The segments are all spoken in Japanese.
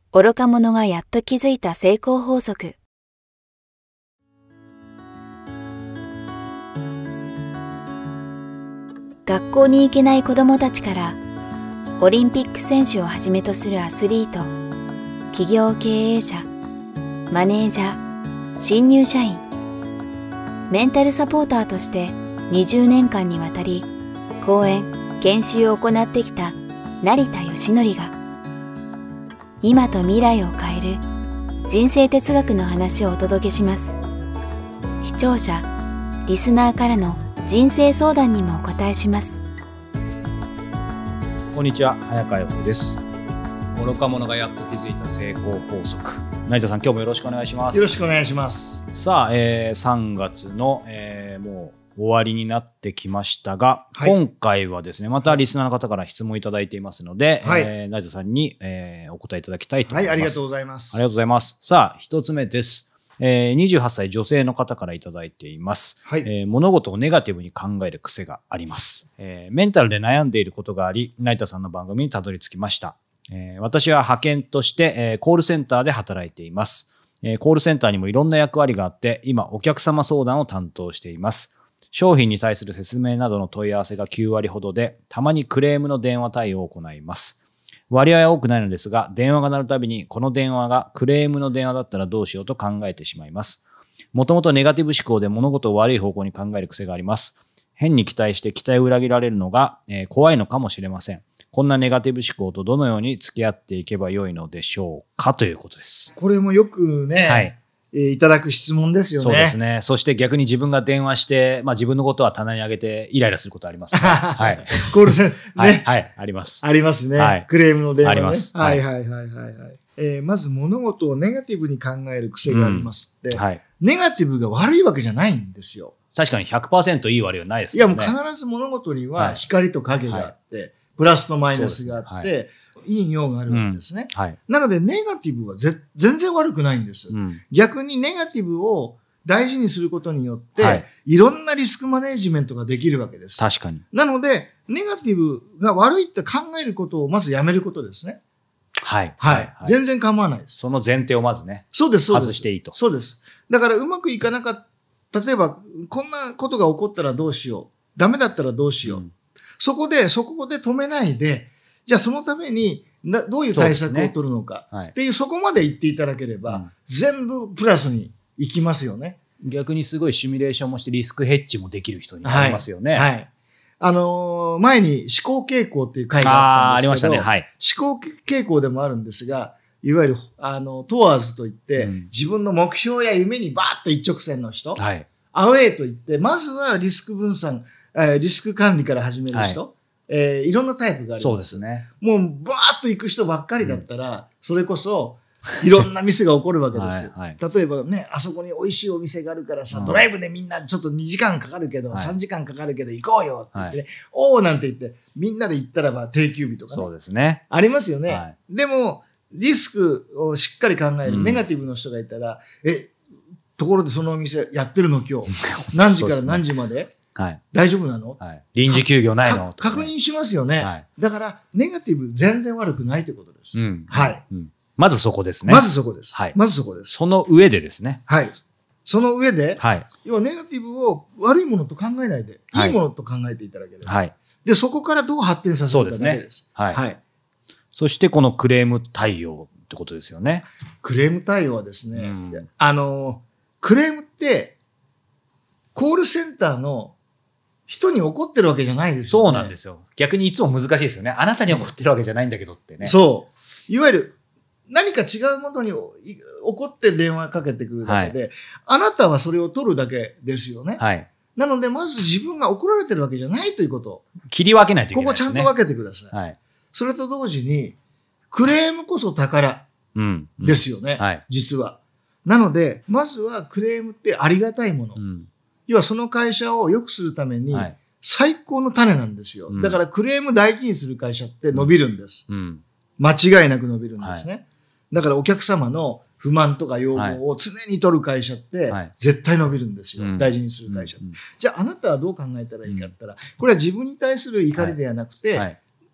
愚か者がやっと気づいた成功法則。学校に行けない子どもたちから、オリンピック選手をはじめとするアスリート、企業経営者、マネージャー、新入社員、メンタルサポーターとして20年間にわたり講演・研修を行ってきた成田義則が、今と未来を変える人生哲学の話をお届けします。視聴者・リスナーからの人生相談にもお答えします。 こんにちは、早川洋平です。愚か者がやっと気づいた成功法則。成田さん、今日もよろしくお願いします。 よろしくお願いします。 さあ、3月の、もう終わりになってきましたが、 はい、 今回はですね、またリスナーの方から質問いただいていますので、 はい、 成田さんに、お答えいただきたいと思います。 はい、ありがとうございます。 ありがとうございます。さあ、一つ目です。28歳女性の方からいただいています、 はい。 物事をネガティブに考える癖があります、メンタルで悩んでいることがあり、成田さんの番組にたどり着きました。私は派遣として、コールセンターで働いています。コールセンターにもいろんな役割があって、今お客様相談を担当しています。商品に対する説明などの問い合わせが9割ほどで、たまにクレームの電話対応を行います。割合は多くないのですが、電話が鳴るたびにこの電話がクレームの電話だったらどうしようと考えてしまいます。もともとネガティブ思考で物事を悪い方向に考える癖があります。変に期待して期待を裏切られるのが、怖いのかもしれません。こんなネガティブ思考とどのように付き合っていけばよいのでしょうか、ということです。 これもよくね、はい、いただく質問ですよね。 そうですね。そして逆に自分が電話して、自分のことは棚に上げてイライラすることあります、ね。はい。 コールセン、ね。 はい、はい、あります。 ありますね。 はい、 クレームの電話ね。 あります。 はい、はい、はい、はい。まず物事をネガティブに考える癖がありますって、はい、ネガティブが悪いわけじゃないんですよ。 確かに 100% いい悪いはないですよね。 いや、もう必ず物事には光と影があって、プラスとマイナスがあって、陰陽があるわけですね。なので、ネガティブは全然悪くないんです。逆にネガティブを大事にすることによって、いろんなリスクマネジメントができるわけです。 確かに。 なので、ネガティブが悪いって考えることをまずやめることですね。 はい。 はい。全然構わないです。 その前提をまずね。 そうです、そうです。 外していいと。 そうです。だからうまくいかなかった。例えば、こんなことが起こったらどうしよう。ダメだったらどうしよう。そこで止めないで、じゃあそのためにどういう対策を取るのかっていう、そこまで言っていただければ、全部プラスにいきますよね。 逆にすごいシミュレーションもしてリスクヘッジもできる人になりますよね。 はい。前に思考傾向っていう回があったんですけど、 ありましたね。はい。 思考傾向でもあるんですが、いわゆる、トワーズといって、自分の目標や夢にバーッと一直線の人、はい、アウェイといって、まずはリスク分散、リスク管理から始める人、いろんなタイプがあります。 そうですね。 もう、バーッと行く人ばっかりだったら、それこそ、いろんなミスが起こるわけです。例えばね、あそこに美味しいお店があるからさ、ドライブでみんなちょっと2時間かかるけど、3時間かかるけど行こうよって言ってね、おーなんて言って、みんなで行ったらば定休日とかね。 そうですね。 ありますよね。でも、リスクをしっかり考えるネガティブの人がいたら、ところでそのお店やってるの今日。何時から何時まで大丈夫なの、 臨時休業ないの確認しますよね。だから、ネガティブ全然悪くないということです。はい。 まずそこですね。 まずそこです。はい。まずそこです。 その上でですね。 はい。その上で、要はネガティブを悪いものと考えないで、いいものと考えていただければ。はい。で、そこからどう発展させるかだけです。 はい。そしてこのクレーム対応ってことですよね。 クレーム対応はですね、クレームって、コールセンターの人に怒ってるわけじじゃないですよね。 そうなんですよ。逆にいつも難しいですよね。あなたに怒ってるわけじゃないんだけどってね。 そう。いわゆる、何か違うものに怒って電話かけてくるだけで、あなたはそれを取るだけですよね。はい。なので、まず自分が怒られてるわけじゃないということを。 切り分けないといけないですね。ここちゃんと分けてください。はい。それと同時に、クレームこそ宝ですよね。はい。実は。なので、まずはクレームってありがたいもの。要はその会社を良くするために、最高の種なんですよ。だからクレーム大事にする会社って伸びるんです。間違いなく伸びるんですね。だからお客様の不満とか要望を常に取る会社って絶対伸びるんですよ。大事にする会社って。じゃああなたはどう考えたらいいかって言ったら、これは自分に対する怒りではなくて、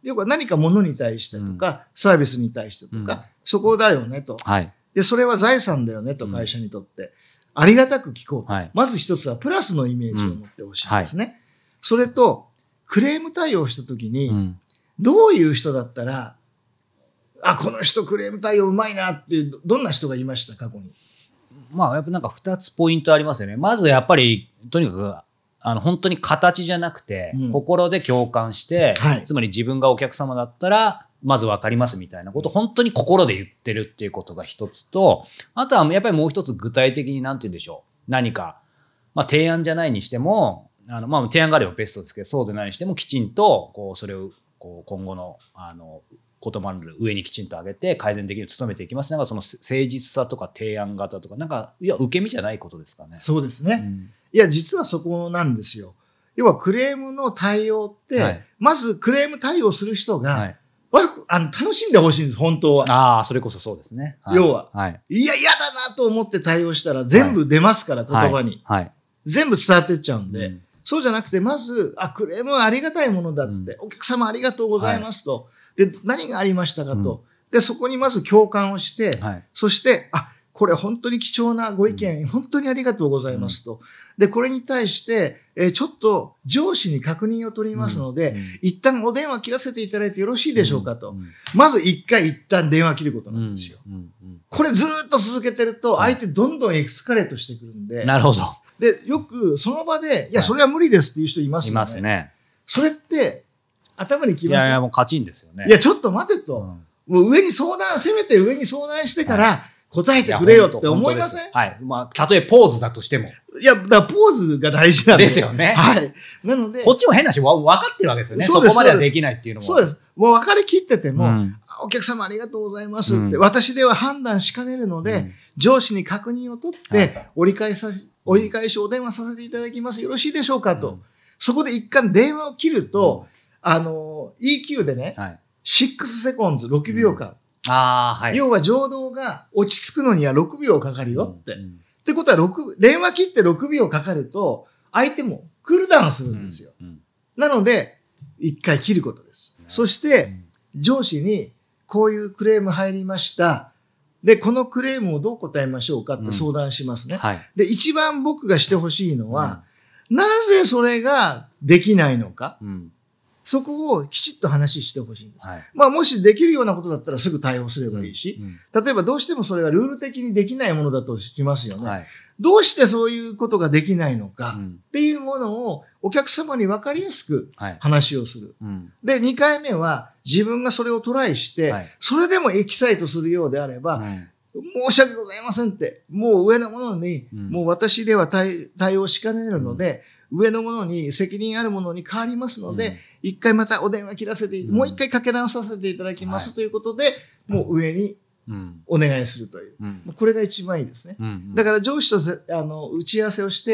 要は何か物に対してとか、サービスに対してとか、そこだよねと。で、それは財産だよねと、会社にとって。ありがたく聞こう。まず一つはプラスのイメージを持ってほしいんですね。それと、クレーム対応したときに、どういう人だったら、この人クレーム対応うまいなっていう、どんな人がいました過去に。 やっぱなんか2つポイントありますよね。まずやっぱり、とにかく、本当に形じゃなくて、心で共感して、つまり自分がお客様だったら、まず分かりますみたいなことを本当に心で言ってるっていうことが一つと、あとはやっぱりもう一つ具体的に何て言うんでしょう。何か、提案じゃないにしても、提案があればベストですけど、そうでないにしてもきちんと、それを、今後の、言葉の上にきちんと上げて改善できるように努めていきます。なんかその誠実さとか提案型とか、なんか、いや、受け身じゃないことですかね。 そうですね。いや、実はそこなんですよ。要はクレームの対応って、まずクレーム対応する人が、楽しんでほしいんです、本当は。 それこそそうですね。 要は。いや、嫌だなと思って対応したら全部出ますから、言葉に。全部伝わってっちゃうんで。そうじゃなくて、まず、クレームはありがたいものだって、お客様ありがとうございますと。で、何がありましたかと。で、そこにまず共感をして、そして、これ本当に貴重なご意見、本当にありがとうございますと。で、これに対して、ちょっと上司に確認を取りますので、一旦お電話切らせていただいてよろしいでしょうかと。まず一旦電話切ることなんですよ。これずっと続けてると、相手どんどんエクスカレートしてくるんで。 なるほど。 で、よくその場で、いや、それは無理ですっていう人いますよね。 いますね。 それって、頭にきます。 いや、もうカチンですよね。 いや、ちょっと待てと。もうせめて上に相談してから、答えてくれよって思いません？ たとえポーズだとしても。 いや、だからポーズが大事なんですよね。 なので。 こっちも変なし、分かってるわけですよね。そこまではできないっていうのも。 そうです。もう分かりきってても、お客様ありがとうございますって、私では判断しかねるので、上司に確認を取って、折り返しお電話させていただきます。よろしいでしょうかと。そこで一回電話を切ると、EQ でね、6セコンズ、6秒間。要は情動が落ち着くのには6秒かかるよって。ってことは電話切って6秒かかると、相手もクールダウンするんですよ。なので、一回切ることです。そして、上司にこういうクレーム入りました。で、このクレームをどう答えましょうかって相談しますね。で、一番僕がしてほしいのは、なぜそれができないのか。そこをきちっと話してほしいんです。もしできるようなことだったらすぐ対応すればいいし、例えばどうしてもそれはルール的にできないものだとしますよね。どうしてそういうことができないのかっていうものをお客様に分かりやすく話をする。で、2回目は自分がそれをトライして、それでもエキサイトするようであれば、申し訳ございませんって、もう上のものに、もう私では対応しかねるので、上のものに責任あるものに変わりますので、一回またお電話切らせて、もう一回かけ直させていただきますということで、もう上にお願いするという。これが一番いいですね。だから上司と打ち合わせをして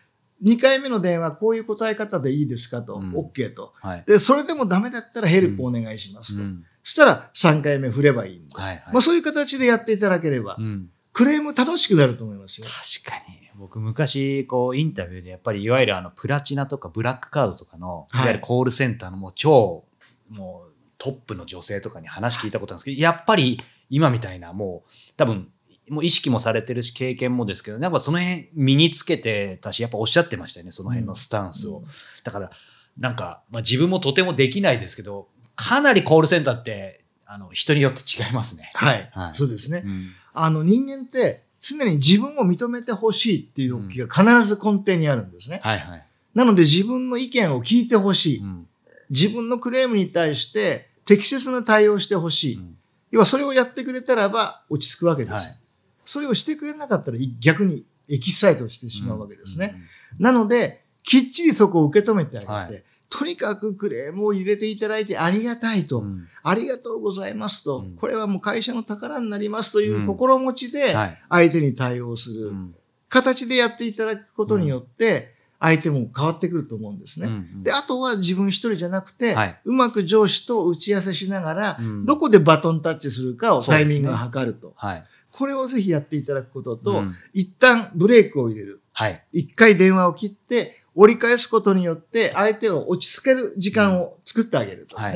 、2回目の電話こういう答え方でいいですかと、OK と。で、それでもダメだったらヘルプお願いしますと。そしたら3回目振ればいいんで。そういう形でやっていただければ、クレーム楽しくなると思いますよ。 確かに。僕昔インタビューでやっぱりいわゆるプラチナとかブラックカードとかのいわゆるコールセンターのもうトップの女性とかに話聞いたことなんですけど、やっぱり今みたいな多分もう意識もされてるし経験もですけど、やっぱその辺身につけてたし、やっぱおっしゃってましたよね、その辺のスタンスを。だからなんか自分もとてもできないですけど、かなりコールセンターって人によって違いますね。 そうですね。人間って常に自分を認めてほしいっていう気が必ず根底にあるんですね。なので自分の意見を聞いてほしい。自分のクレームに対して適切な対応してほしい。要はそれをやってくれたらば落ち着くわけです。それをしてくれなかったら逆にエキサイトしてしまうわけですね。なので、きっちりそこを受け止めてあげて、とにかくクレームを入れていただいてありがたいと、ありがとうございますと、これはもう会社の宝になりますという心持ちで相手に対応する形でやっていただくことによって、相手も変わってくると思うんですね。で、あとは自分一人じゃなくて、うまく上司と打ち合わせしながら、どこでバトンタッチするかをタイミングを測ると。これをぜひやっていただくことと、一旦ブレークを入れる。一回電話を切って、折り返すことによって相手を落ち着ける時間を作ってあげるとね。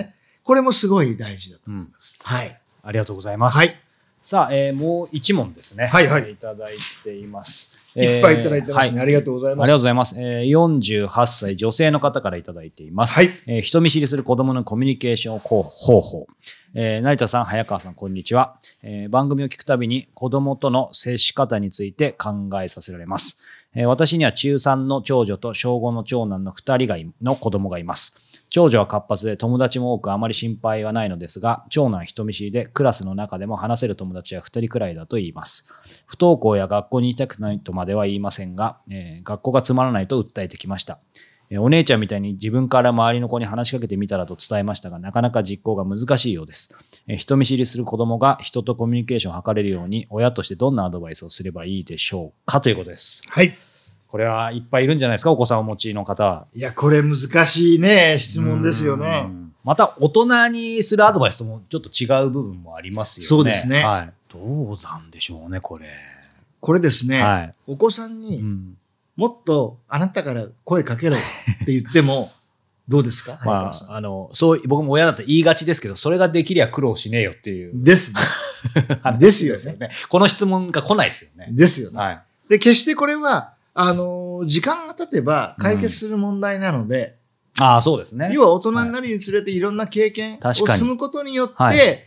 これもすごい大事だと思います。はい。 ありがとうございます。 はい。 さあ、もう一問ですね。 はいはい。 いただいています。 いっぱいいただいてますね。ありがとうございます。 ありがとうございます。48歳女性の方からいただいています。 はい。 人見知りする子供のコミュニケーション方法。成田さん、早川さん、こんにちは。番組を聞くたびに子供との接し方について考えさせられます。私には中3の長女と小5の長男の2人の子供がいます。長女は活発で友達も多くあまり心配はないのですが、長男は人見知りでクラスの中でも話せる友達は2人くらいだと言います。不登校や学校に行きたくないとまでは言いませんが、学校がつまらないと訴えてきました。お姉ちゃんみたいに自分から周りの子に話しかけてみたらと伝えましたが、なかなか実行が難しいようです。人見知りする子供が人とコミュニケーションを図れるように、親としてどんなアドバイスをすればいいでしょうかということです。 はい。 これはいっぱいいるんじゃないですか、お子さんをお持ちの方は。 いや、これ難しいね、質問ですよね。 また、大人にするアドバイスともちょっと違う部分もありますよね。 そうですね。 はい。どうなんでしょうね、これ。 これですね、 はい、 お子さんに、もっとあなたから声かけろって言っても、どうですか？ まあ、そう、僕も親だと言いがちですけど、それができりゃ苦労しねえよっていう。 ですね。ですよね。 この質問が来ないですよね。 ですよね。 はい。 で、決してこれは、時間が経てば解決する問題なので、 ああ、そうですね。 要は大人になるにつれていろんな経験を積むことによって、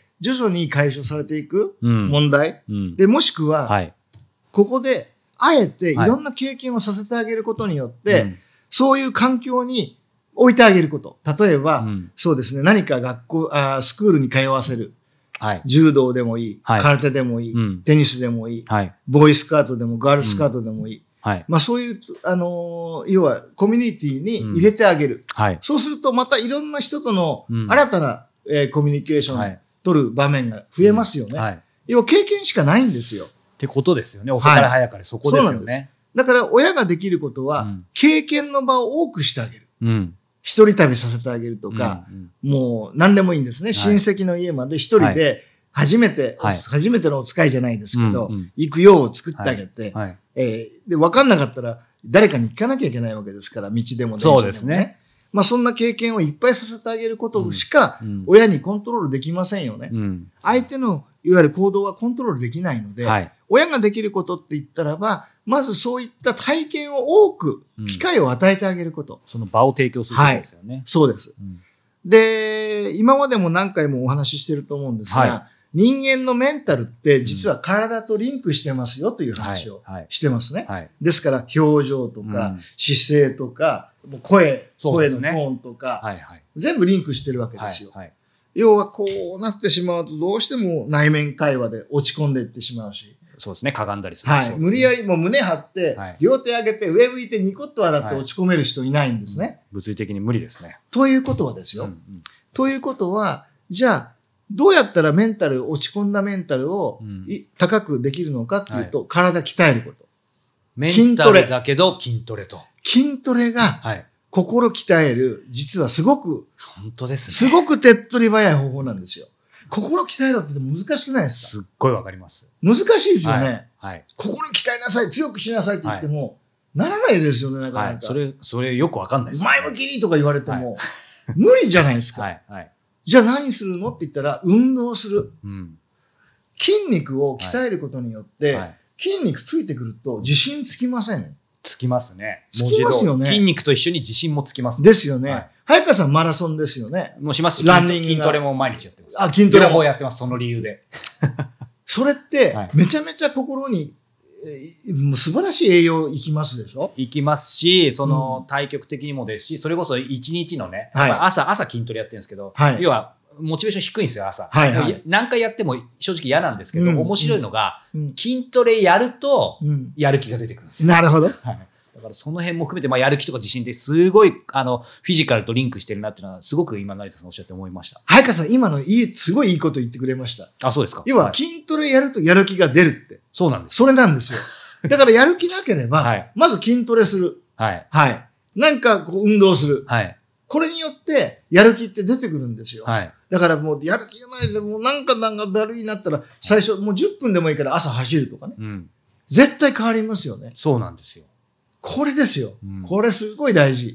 徐々に解消されていく問題。で、もしくは、ここで、あえていろんな経験をさせてあげることによって、そういう環境に置いてあげること。例えば、そうですね、何かスクールに通わせる。柔道でもいい、空手でもいい、テニスでもいい、ボーイスカートでもガールスカートでもいい。まあそういう、要はコミュニティに入れてあげる。そうするとまたいろんな人との新たな、コミュニケーションを取る場面が増えますよね。要は経験しかないんですよ。 ってことですよね。遅かれ早かれそこですよね。 だから親ができることは、経験の場を多くしてあげる。一人旅させてあげるとか、もう何でもいいんですね。親戚の家まで一人で初めてのお使いじゃないですけど、行くよう作ってあげて、で、分かんなかったら誰かに聞かなきゃいけないわけですから、道でも電車でもね。 そうですね。 まあそんな経験をいっぱいさせてあげることしか親にコントロールできませんよね。相手のいわゆる行動はコントロールできないので、親ができることって言ったらば、まずそういった体験を多く、機会を与えてあげること。 その場を提供することですよね。 そうです。で、今までも何回もお話ししてると思うんですが、人間のメンタルって実は体とリンクしてますよという話をしてますね。ですから表情とか姿勢とか声のトーンとか全部リンクしてるわけですよ。要はこうなってしまうとどうしても内面会話で落ち込んでいってしまうし。 そうですね。かがんだりする。 無理やりもう胸張って両手上げて上向いてニコッと笑って落ち込める人いないんですね。 物理的に無理ですね。 ということはですよ。ということは、じゃあ、どうやったら落ち込んだメンタルを高くできるのかっていうと、体鍛えること。 メンタルだけど筋トレと。 筋トレが、心鍛える、実はすごく、 本当ですね。 すごく手っ取り早い方法なんですよ。心鍛えろって難しくないですか？ すっごいわかります。 難しいですよね。心鍛えなさい、強くしなさいって言っても、ならないですよね、なかなか。 それよくわかんないです。 前向きにとか言われても、無理じゃないですか。じゃあ何するのって言ったら、運動する。筋肉を鍛えることによって、筋肉ついてくると自信つきません？ つきますね。 つきますよね。 筋肉と一緒に自信もつきます。 ですよね。早川さんマラソンですよね。 もうしますし、 ランニング筋トレも毎日やってます。 あ、筋トレ両方やってます、その理由で。 それって、めちゃめちゃ心に、素晴らしい栄養いきますでしょ？ いきますし、その対極的にもですし、それこそ一日のね、朝筋トレやってるんですけど、要は、モチベーション低いんですよ、朝。何回やっても正直嫌なんですけど、面白いのが、筋トレやると、やる気が出てくるんですよ。 なるほど。 だからその辺も含めて、やる気とか自信ってすごい、フィジカルとリンクしてるなっていうのは、すごく今、成田さんおっしゃって思いました。 早川さん、今のすごいいいこと言ってくれました。 あ、そうですか。 要は、筋トレやるとやる気が出るって。 そうなんです。 それなんですよ。だからやる気なければ、まず筋トレする。なんか運動する。これによって、やる気って出てくるんですよ。だからもう、やる気がないで、もうなんかだるいなったら、最初、もう10分でもいいから朝走るとかね。絶対変わりますよね。 そうなんですよ。 これですよ。これすごい大事。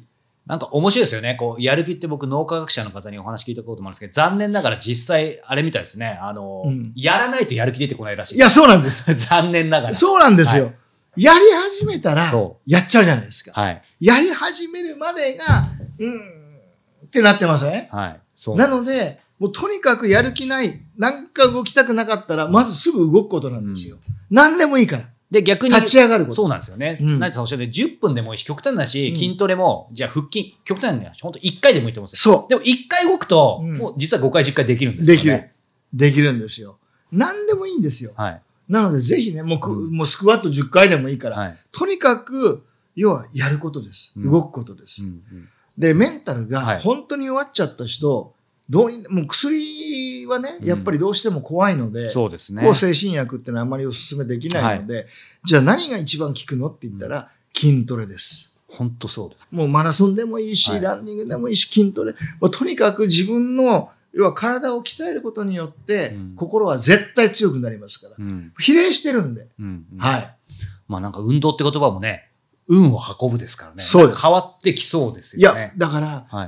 なんか面白いですよね。こう、やる気って僕、脳科学者の方にお話聞いたこともあるんですけど、残念ながら実際、あれみたいですね。やらないとやる気出てこないらしい。 いや、そうなんです。 残念ながら。 そうなんですよ。はい、やり始めたら、やっちゃうじゃないですか。はい、やり始めるまでが、ってなってません？はい。そうなので、もうとにかくやる気ない、なんか動きたくなかったら、まずすぐ動くことなんですよ。何でもいいから。 で、逆に。 立ち上がること。 そうなんですよね。成田さんおっしゃるように、10分でもいいし、極端だし、筋トレも、じゃあ腹筋、極端なんだよ。ほんと1回でもいいと思うんですよ。そう。でも1回動くと、もう実は5回、10回できるんですよね。できる。できるんですよ。何でもいいんですよ。はい。なので、ぜひね、もうスクワット10回でもいいから、とにかく、要はやることです。動くことです。で、メンタルが本当に弱っちゃった人、もう薬はね、やっぱりどうしても怖いので、そうですね。抗精神薬ってのはあんまりお勧めできないので、じゃあ何が一番効くのって言ったら、筋トレです。 本当そうです。 もうマラソンでもいいし、ランニングでもいいし、筋トレ。とにかく自分の、要は体を鍛えることによって、心は絶対強くなりますから。比例してるんで。はい。 まあなんか運動って言葉もね、運を運ぶですからね。そうです。変わってきそうですよね。 いや、だから、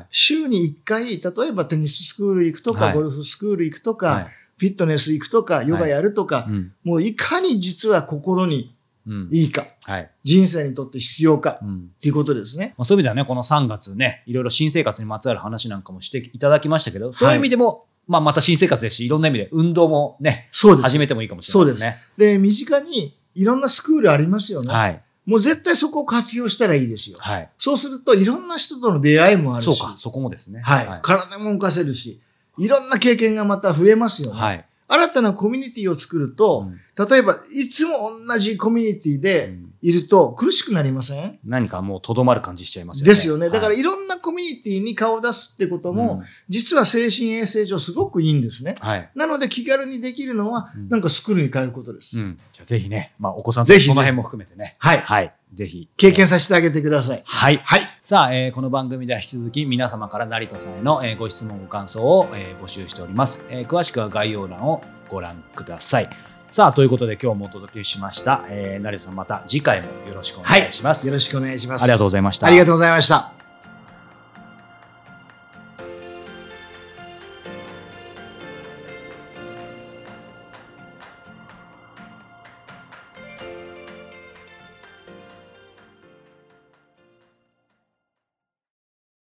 週に1回、例えばテニススクール行くとか、ゴルフスクール行くとか、フィットネス行くとか、ヨガやるとか、もういかに実は心にいいか、人生にとって必要か、っていうことですね。 そういう意味ではね、この3月ね、いろいろ新生活にまつわる話なんかもしていただきましたけど、そういう意味でも、また新生活ですし、いろんな意味で運動もね、始めてもいいかもしれないですね。 そうです。で、身近にいろんなスクールありますよね。はい。もう絶対そこを活用したらいいですよ。はい。そうするといろんな人との出会いもあるし。 そうか、そこもですね。 はい。体も動かせるし、いろんな経験がまた増えますよね。はい。新たなコミュニティを作ると、例えばいつも同じコミュニティでいると苦しくなりません？ 何かもうとどまる感じしちゃいますよね。 ですよね。だからいろんなコミュニティに顔を出すってことも、実は精神衛生上すごくいいんですね。はい。なので気軽にできるのは、なんかスクールに通うことです。 じゃあぜひね、お子さんとその辺も含めてね。 はい。はい。ぜひ。経験させてあげてください。 はい。はい。さあ、この番組では引き続き皆様から成田さんへのご質問ご感想を募集しております。詳しくは概要欄をご覧ください。さあ、ということで今日もお届けしました。成田さんまた次回もよろしくお願いします。 はい。よろしくお願いします。 ありがとうございました。 ありがとうございました。